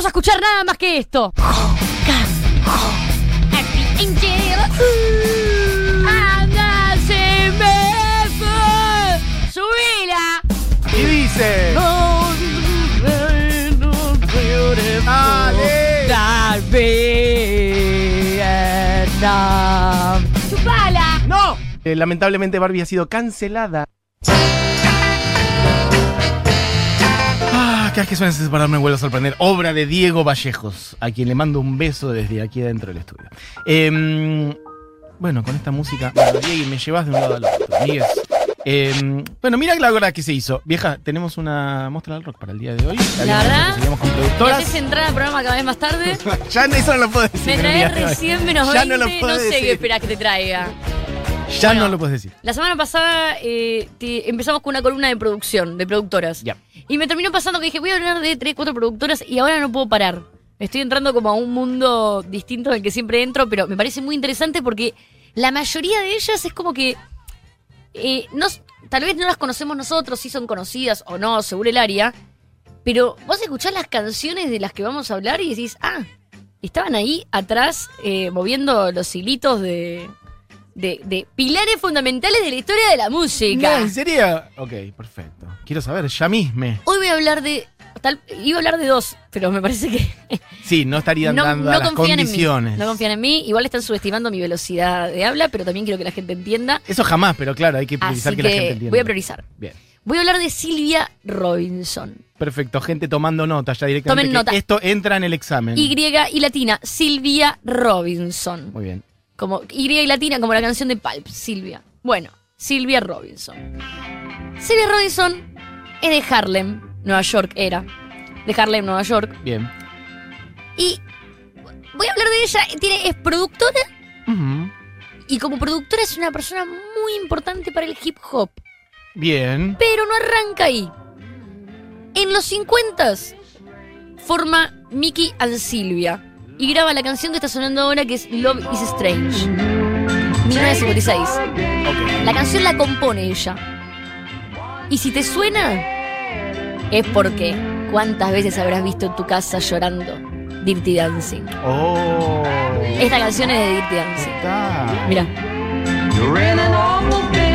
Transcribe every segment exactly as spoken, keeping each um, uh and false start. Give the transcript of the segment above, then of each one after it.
vamos a escuchar nada más que esto. ¡Subila! ¿Qué dice? ¡Dale! ¡Chupala! ¡No! Eh, lamentablemente Barbie ha sido cancelada. Ah, cada vez que suena ese separador me vuelvo a sorprender. Obra de Diego Vallejos, a quien le mando un beso desde aquí adentro del estudio. Eh, bueno, con esta música, Diego, me llevas de un lado al otro. Amigues. Eh, bueno, mira la hora que se hizo. Vieja, tenemos una muestra del rock para el día de hoy. La verdad, seguimos con me productoras. haces entrar al programa cada vez más tarde. Ya eso no lo puedo decir. Me traes recién menos ya veinte, no, lo no puedo sé decir. qué esperás que te traiga. Ya Bueno, no lo puedes decir. La semana pasada eh, te- empezamos con una columna de producción, de productoras. Ya. Y me terminó pasando que dije, voy a hablar de tres, cuatro productoras y ahora no puedo parar. Estoy entrando como a un mundo distinto del que siempre entro, pero me parece muy interesante porque la mayoría de ellas es como que eh, no, tal vez no las conocemos nosotros, si son conocidas o no, seguro el área, pero vos escuchás las canciones de las que vamos a hablar y decís, ah, estaban ahí atrás eh, moviendo los hilitos de, de, de pilares fundamentales de la historia de la música. No, ¿en serio? Ok, perfecto. Quiero saber, ya mismo. Hoy voy a hablar de... Tal, iba a hablar de dos, pero me parece que... Sí, no estarían no, dando no las confían condiciones. en mí. No confían en mí. Igual están subestimando mi velocidad de habla, pero también quiero que la gente entienda. Eso jamás, pero claro, hay que priorizar Así que, que la gente entienda. voy a priorizar. Bien. Voy a hablar de Silvia Robinson. Perfecto, gente tomando nota ya directamente. Tomen que nota. Esto entra en el examen. Y y latina, Silvia Robinson. Muy bien. Como Y y latina, como la canción de Pulp, Silvia. Bueno, Silvia Robinson. Silvia Robinson es de Harlem, Nueva York era. De Harlem, Nueva York. Bien. Y voy a hablar de ella. Tiene, es productora. Ujú. Y como productora es una persona muy importante para el hip hop. Bien. Pero no arranca ahí. En los cincuenta forma Mickey and Silvia y graba la canción que está sonando ahora, que es Love is Strange, mil novecientos cincuenta y seis. Ok. La canción la compone ella. Y si te suena, es porque ¿cuántas veces habrás visto en tu casa llorando Dirty Dancing? Oh. Esta canción es de Dirty Dancing. Está. Mira. You're in an awful fix.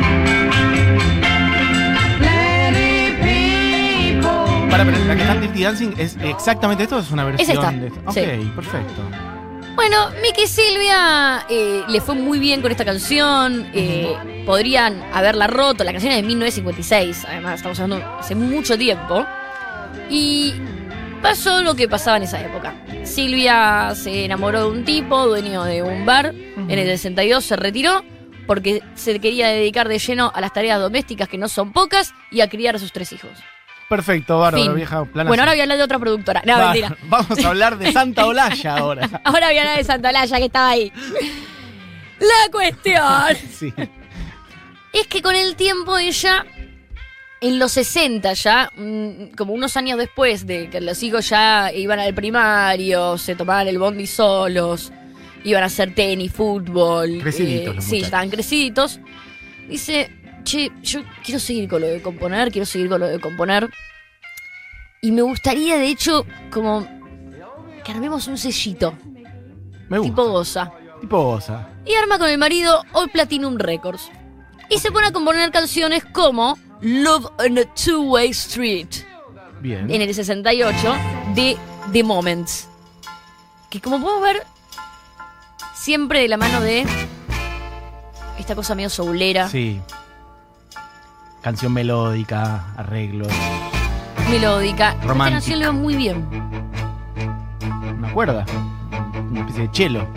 Plenty people. Para, pero la que está en Dirty Dancing es exactamente esto o es una versión esta, de esto. Ok, sí. perfecto. Bueno, Mickey y Silvia eh, le fue muy bien con esta canción. Eh, podrían haberla roto. La canción es de mil novecientos cincuenta y seis. Además, estamos hablando hace mucho tiempo. Y pasó lo que pasaba en esa época. Silvia se enamoró de un tipo, dueño de un bar. Uh-huh. En el sesenta y dos se retiró porque se quería dedicar de lleno a las tareas domésticas, que no son pocas, y a criar a sus tres hijos. Perfecto, bárbaro, Fin. vieja planazo. Bueno, ahora voy a hablar de otra productora. No, Va, mentira. Vamos a hablar de Santa Olalla ahora. Ahora voy a hablar de Santa Olalla, que estaba ahí. La cuestión Sí. es que con el tiempo ella, en los sesenta ya, mm, como unos años después de que los hijos ya iban al primario, se tomaban el bondi solos, iban a hacer tenis, fútbol. Creciditos los sí, muchachos. estaban creciditos. Dice, che, yo quiero seguir con lo de componer, quiero seguir con lo de componer. Y me gustaría, de hecho, como que armemos un sellito, Me gusta. tipo Goza. Tipo Goza. Y arma con el marido All Platinum Records. Y se pone a componer canciones como Love on a Two-Way Street Bien. en el sesenta y ocho de The Moments. Que como podemos ver, siempre de la mano de esta cosa medio soulera, Sí. Canción melódica, arreglo. melódica. Esta Romantic. canción le va muy bien. Una cuerda. Una especie de cello.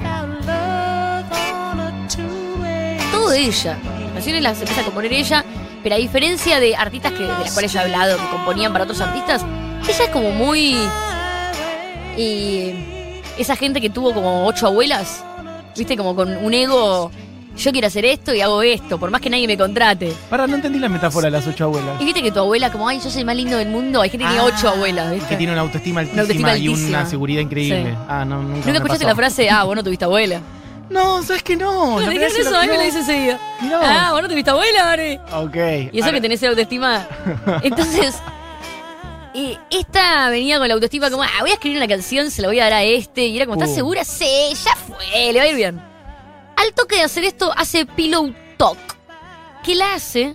Todo de ella. Las canciones las empieza a componer ella, pero a diferencia de artistas que, de las cuales ya he hablado, que componían para otros artistas, ella es como muy... Y esa gente que tuvo como ocho abuelas, viste, como con un ego, yo quiero hacer esto y hago esto, por más que nadie me contrate. Para, no entendí la metáfora de las ocho abuelas. Y viste que tu abuela, como, ay, yo soy el más lindo del mundo, hay gente que tiene Ah, ocho abuelas, ¿viste? Que tiene una autoestima altísima, autoestima y altísima. una seguridad increíble. Sí. Ah, no, nunca, ¿Nunca me escuchaste pasó. la frase, ah, vos no tuviste abuela? No, ¿sabes que no? No, La ¿de qué verdad es que eso? lo- A mí me no. lo dice enseguida. Mirá. Ah, vos no tuviste abuela, Barbie. Ok. Y eso Ahora- que tenés esa autoestima. Entonces, Y esta venía con la autoestima como, ah, voy a escribir una canción, se la voy a dar a este. Y era como, ¿estás Uh. segura? Sí, ya fue, le va a ir bien. Al toque de hacer esto, hace Pillow Talk. Que la hace...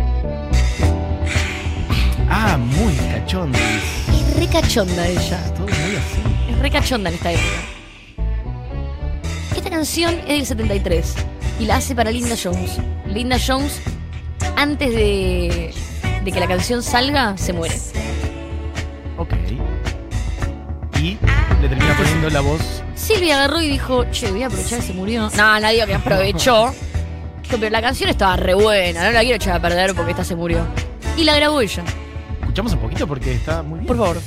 Ah, muy cachonda. Es re cachonda ella. Todo muy así. Es re cachonda en esta época. Esta canción es del setenta y tres. Y la hace para Linda Jones. Linda Jones, antes de, de que la canción salga, se muere. Ok. Y le termina poniendo la voz. Silvia agarró y dijo, che, voy a aprovechar que se murió. No, nadie digo que aprovechó. Dijo, pero la canción estaba re buena, no la quiero echar a perder porque esta se murió. Y la grabó ella. Escuchamos un poquito porque está muy bien. Por favor.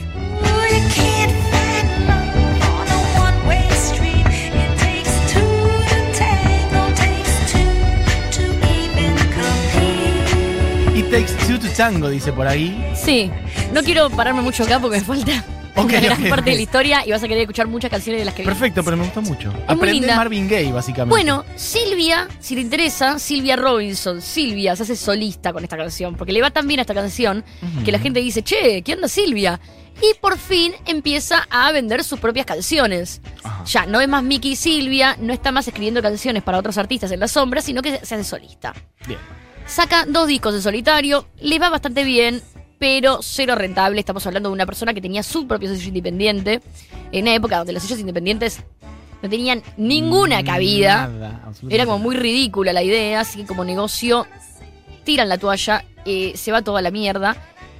It takes two to tango, dice por ahí. Sí, no quiero pararme mucho acá porque me falta Ok, una gran ok, parte ok. de la historia y vas a querer escuchar muchas canciones de las que vi. Perfecto, pero me gustó mucho. muy Aprende linda. Marvin Gaye, básicamente. Bueno, Silvia, si te interesa, Silvia Robinson, Silvia se hace solista con esta canción, porque le va tan bien a esta canción Ujú. que la gente dice, che, ¿qué onda Silvia? Y por fin empieza a vender sus propias canciones. Ajá. Ya, no es más Mickey y Silvia, no está más escribiendo canciones para otros artistas en la sombra, sino que se hace solista. Bien. Saca dos discos en solitario, le va bastante bien, pero cero rentable. Estamos hablando de una persona que tenía su propio sello independiente, en una época donde los sellos independientes no tenían ninguna cabida. Nada, absolutamente Era como nada. muy ridícula la idea, así que como negocio tiran la toalla, eh, se va toda la mierda.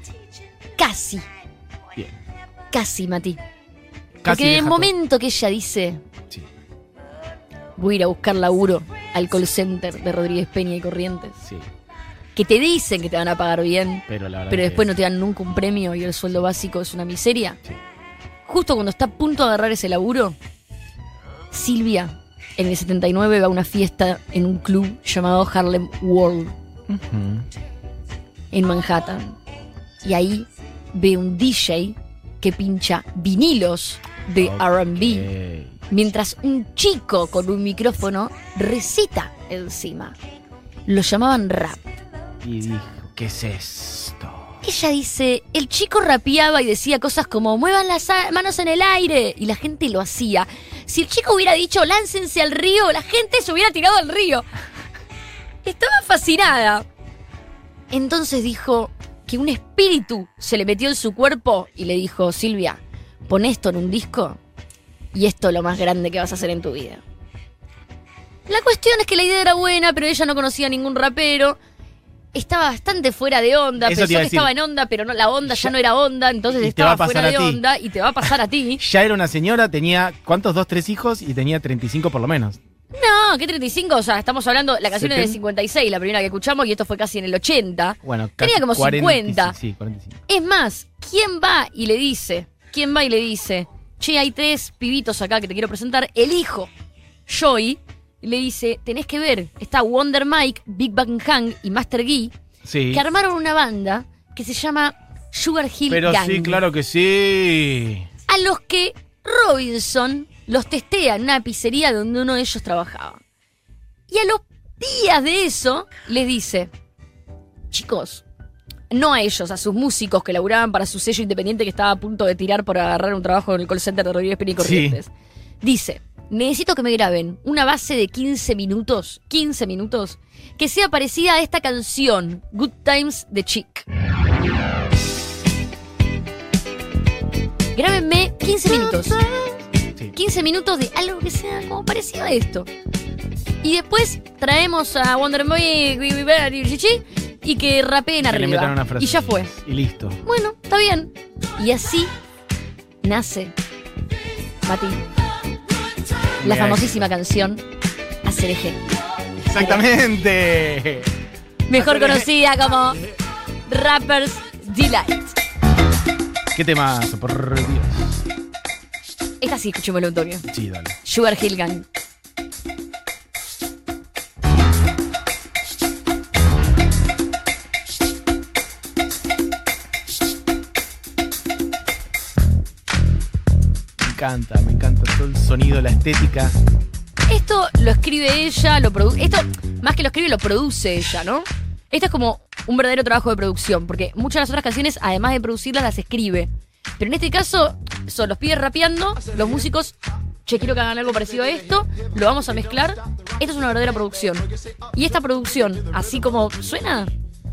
Casi, Bien. casi, Mati. Casi Porque en el deja momento que ella dice, todo. Sí, voy a ir a buscar laburo al call center de Rodríguez Peña y Corrientes, sí. que te dicen que te van a pagar bien, Pero la verdad pero que- después no te dan nunca un premio y el sueldo básico es una miseria. Sí. Justo cuando está a punto de agarrar ese laburo, Silvia, en el setenta y nueve, va a una fiesta en un club llamado Harlem World, Ujú. en Manhattan. Y ahí ve un D J que pincha vinilos de R and B, Ok. mientras un chico con un micrófono recita encima. Lo llamaban rap. Y dijo, ¿qué es esto? Ella dice, el chico rapeaba y decía cosas como, muevan las a- manos en el aire, y la gente lo hacía. Si el chico hubiera dicho, láncense al río, la gente se hubiera tirado al río. Estaba fascinada. Entonces dijo que un espíritu se le metió en su cuerpo y le dijo, Silvia, pon esto en un disco y esto es lo más grande que vas a hacer en tu vida. La cuestión es que la idea era buena, pero ella no conocía a ningún rapero. Estaba bastante fuera de onda, Eso te pensó iba a que decir. estaba en onda, pero no, la onda ya, Ya- no era onda, entonces y te va estaba a pasar fuera a de ti. onda y te va a pasar a ti. Ya era una señora, tenía, ¿cuántos? Dos, tres hijos y tenía treinta y cinco por lo menos. No, ¿qué treinta y cinco? O sea, estamos hablando, la canción es de setenta. cincuenta y seis, la primera que escuchamos, y esto fue casi en el ochenta. Bueno, casi Tenía como cuarenta y cinco, cincuenta. Sí, cuarenta y cinco. Es más, ¿quién va y le dice? ¿Quién va y le dice? Che, hay tres pibitos acá que te quiero presentar. El hijo, Joey, le dice, tenés que ver, está Wonder Mike, Big Bang Hang y Master Gee, Sí. que armaron una banda que se llama Sugar Hill Pero Gang. sí, claro que sí. A los que Robinson los testea en una pizzería donde uno de ellos trabajaba. Y a los días de eso les dice, chicos, no a ellos, a sus músicos que laburaban para su sello independiente que estaba a punto de tirar por agarrar un trabajo en el call center de Rodríguez Peña y Corrientes. Dice, necesito que me graben una base de quince minutos, quince minutos, que sea parecida a esta canción, Good Times de Chic. Grábenme quince minutos. Sí. quince minutos de algo que sea como parecido a esto. Y después traemos a Wonder Boy y que rapeen Que le metan arriba. una frase. Y ya fue. Y listo. Bueno, está bien. Y así nace, Mati, la Mira famosísima canción Acereje. Exactamente. Mejor Acereje. conocida como Rapper's Delight. ¿Qué temazo? Por Dios. Esta sí, escuchémoslo un toque. Sí, dale. Sugar Hill Gang. Me encanta, me encanta todo el sonido, la estética. Esto lo escribe ella, lo produce. Esto, más que lo escribe, lo produce ella, ¿no? Esto es como un verdadero trabajo de producción, porque muchas de las otras canciones, además de producirlas, las escribe. Pero en este caso, son los pibes rapeando, los músicos, che, quiero que hagan algo parecido a esto, lo vamos a mezclar. Esto es una verdadera producción. Y esta producción, así como suena,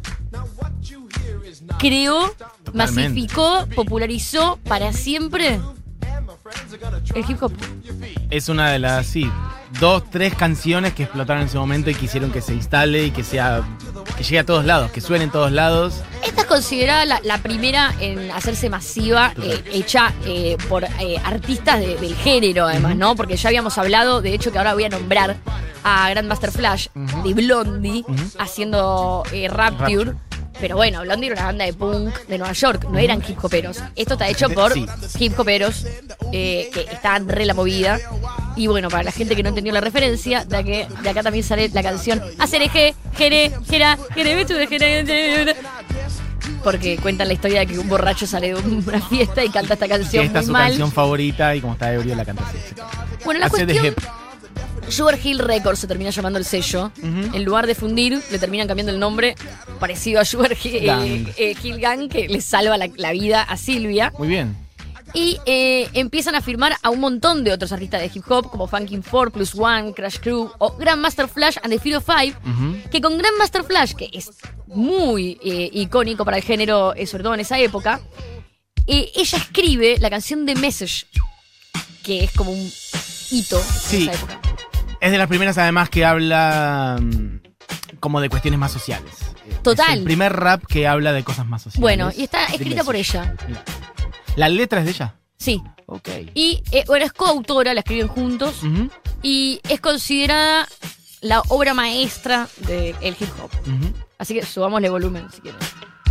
creó, Totalmente. masificó, popularizó para siempre el hip hop. Es una de las, sí, dos, tres canciones que explotaron en ese momento y que hicieron que se instale y que sea, que llegue a todos lados, que suene en todos lados. Esta es considerada la, la primera en hacerse masiva, eh, hecha eh, por eh, artistas de- del género, además, ¿no? Porque ya habíamos hablado, de hecho, que ahora voy a nombrar a Grandmaster Flash de Blondie haciendo eh, Rapture. Pero bueno, Blondie era una banda de punk de Nueva York, no eran hip hoperos. Esto está hecho por Sí. hip hoperos eh, que estaban re la movida. Y bueno, para la gente que no entendió la referencia, de, que, de acá también sale la canción Acereje, Jere, Jera, Jere, Betu de Jere, Jere. Porque cuentan la historia de que un borracho sale de una fiesta y canta esta Que canción esta es muy su mal. canción favorita y como está ebrio la canta así. Bueno, la Hace de cuestión... hip. Sugar Hill Records se termina llamando el sello. Ujú. En lugar de fundir, le terminan cambiando el nombre parecido a Sugar Hill Gang. eh, eh, Hill Gang, que le salva la, la vida a Silvia. Muy bien. Y eh, empiezan a firmar a un montón de otros artistas de hip hop, como Funkin' Four, Plus One, Crash Crew o Grandmaster Flash and the Fear of Five. Ujú. Que con Grandmaster Flash, que es muy eh, icónico para el género, eh, sobre todo en esa época, eh, ella escribe la canción The Message, que es como un hito Sí. en esa época. Es de las primeras además que habla mm, como de cuestiones más sociales. Total. Es el primer rap que habla de cosas más sociales. Bueno, y está The escrita por Message. ella. Mira. ¿La letra es de ella? Sí. Ok. Y eh, bueno, es coautora, la escriben juntos. Ujú, Y es considerada la obra maestra del hip hop. ujú. Así que subámosle volumen si quieren.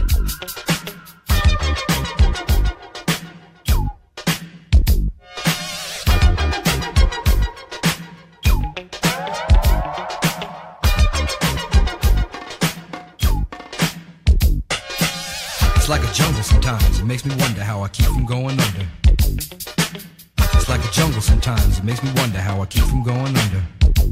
It's like a jungle sometimes. It makes me wonder how I keep from going under. It's like a jungle sometimes. It makes me wonder how I keep from going under.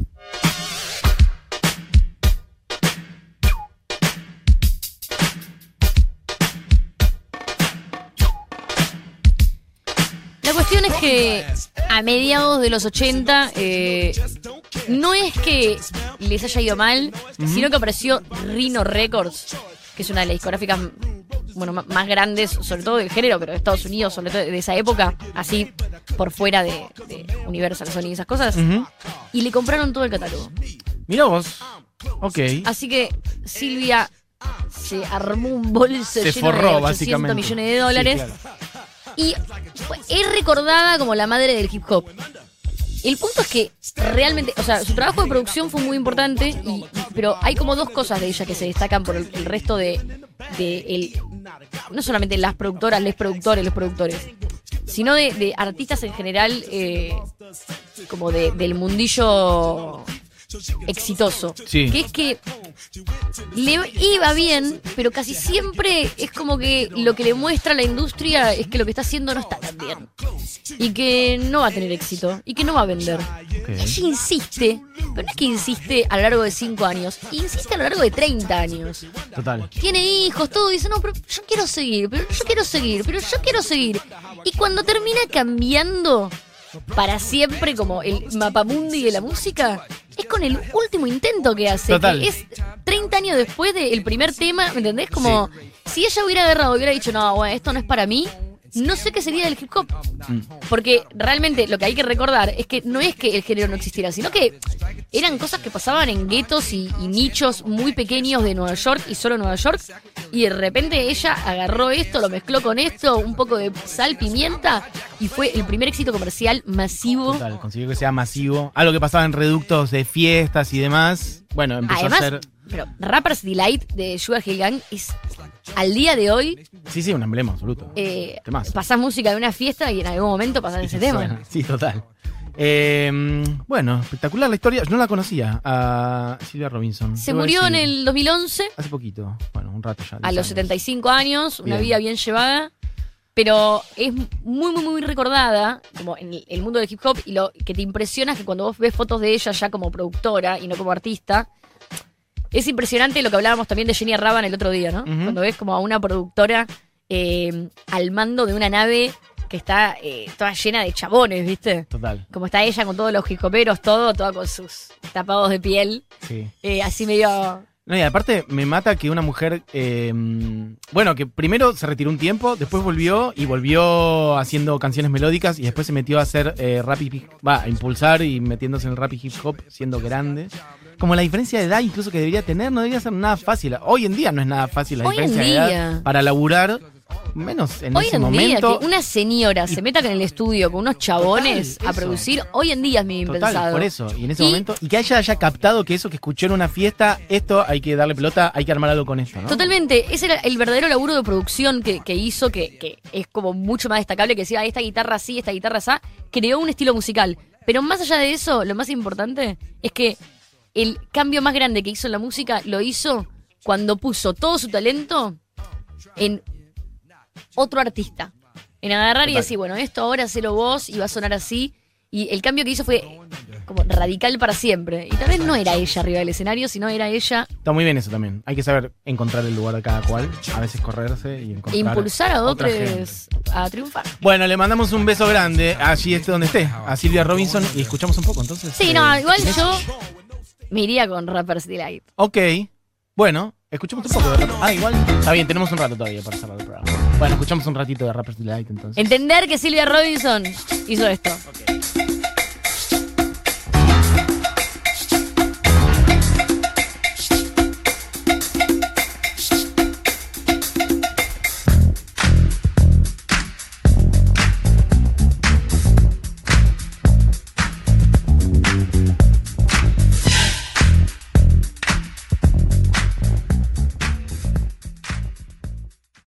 La cuestión es que a mediados de los ochenta eh, no es que les haya ido mal, sino que apareció Rhino Records, que es una de las discográficas bueno, m- más grandes, sobre todo del género, pero de Estados Unidos, sobre todo de esa época, así por fuera de, de Universal, Sony y esas cosas, Ujú. y le compraron todo el catálogo. Mira vos. Ok. Así que Silvia se armó un bolso Se lleno forró, de ochocientos básicamente. millones de dólares. Sí, claro. Y fue- es recordada como la madre del hip hop. El punto es que realmente, o sea, su trabajo de producción fue muy importante, y, pero hay como dos cosas de ella que se destacan por el, el resto de, de el, no solamente las productoras, les productores, los productores, sino de, de artistas en general, eh, como de, del mundillo exitoso. Sí. Que es que le iba bien, pero casi siempre es como que lo que le muestra a la industria es que lo que está haciendo no está tan bien. Y que no va a tener éxito. Y que no va a vender. Ok. Ella insiste, pero no es que insiste a lo largo de cinco años, insiste a lo largo de treinta años. Total. Tiene hijos, todo, dice, no, pero yo quiero seguir, pero yo quiero seguir, pero yo quiero seguir. Y cuando termina cambiando para siempre como el mapamundi de la música, es con el último intento que hace. Total. Que es treinta años después del primer tema, ¿me entendés? Como si ella hubiera agarrado y hubiera dicho, no, bueno, esto no es para mí, no sé qué sería del hip hop. Mm. Porque realmente lo que hay que recordar es que no es que el género no existiera, sino que eran cosas que pasaban en guetos y, y nichos muy pequeños de Nueva York y solo Nueva York. Y de repente ella agarró esto, lo mezcló con esto, un poco de sal, pimienta, y fue el primer éxito comercial masivo. Total, consiguió que sea masivo. Algo que pasaba en reductos de fiestas y demás. Bueno, empezó Además, a ser. pero Rapper's Delight de Sugar Hill Gang es, al día de hoy, Sí, sí, un emblema absoluto. eh, Temazo. pasás música de una fiesta y en algún momento pasás ese tema. Suena. Sí, total. Eh, bueno, espectacular la historia. Yo no la conocía a Silvia Robinson. Se Debo murió en decir, el dos mil once. Hace poquito. Bueno, un rato ya. A diez los años. setenta y cinco años, una Bien. vida bien llevada, pero es muy, muy, muy recordada como en el- el mundo del hip hop, y lo que te impresiona es que cuando vos ves fotos de ella ya como productora y no como artista, es impresionante lo que hablábamos también de Jenny Raban el otro día, ¿no? Ujú. Cuando ves como a una productora eh, al mando de una nave que está eh, toda llena de chabones, ¿viste? Total. Como está ella con todos los hip hoperos, todo, toda con sus tapados de piel. Sí. Eh, así medio... No, y aparte me mata que una mujer, eh, bueno, que primero se retiró un tiempo, después volvió y volvió haciendo canciones melódicas y después se metió a hacer eh, rap y hip- va, a impulsar y metiéndose en el rap y hip hop siendo grande. Como la diferencia de edad incluso que debería tener, no debería ser nada fácil. Hoy en día no es nada fácil la Hoy en diferencia de día. edad para laburar, menos en Hoy ese en momento. día, que una señora se meta en el estudio con unos chabones Total, a eso. producir, hoy en día es mi Total, impensado. por eso. Y en ese Y- momento. Y que ella haya captado que eso que escuchó en una fiesta, esto hay que darle pelota, hay que armar algo con esto, ¿no? Totalmente, ese era el verdadero laburo de producción que, que hizo, que, que es como mucho más destacable, que decía, esta guitarra así, esta guitarra así, creó un estilo musical. Pero más allá de eso, lo más importante es que el cambio más grande que hizo en la música lo hizo cuando puso todo su talento en otro artista. En agarrar y Total. decir, bueno, esto ahora hacelo vos y va a sonar así. Y el cambio que hizo fue como radical para siempre. Y tal vez no era ella arriba del escenario, sino era ella Está muy bien eso también. Hay que saber encontrar el lugar de cada cual, a veces correrse y encontrar. e impulsar a otra otros a triunfar. Bueno, le mandamos un beso grande, allí esté donde esté, a Silvia Robinson y escuchamos un poco entonces. Sí, eh, no, igual yo me iría con Rappers Delight. Ok, bueno, escuchemos un poco de rap. Ah, igual. Está bien, tenemos un rato todavía para cerrar el programa. Bueno, escuchamos un ratito de Rappers Delight entonces. Entender que Silvia Robinson hizo esto. Ok.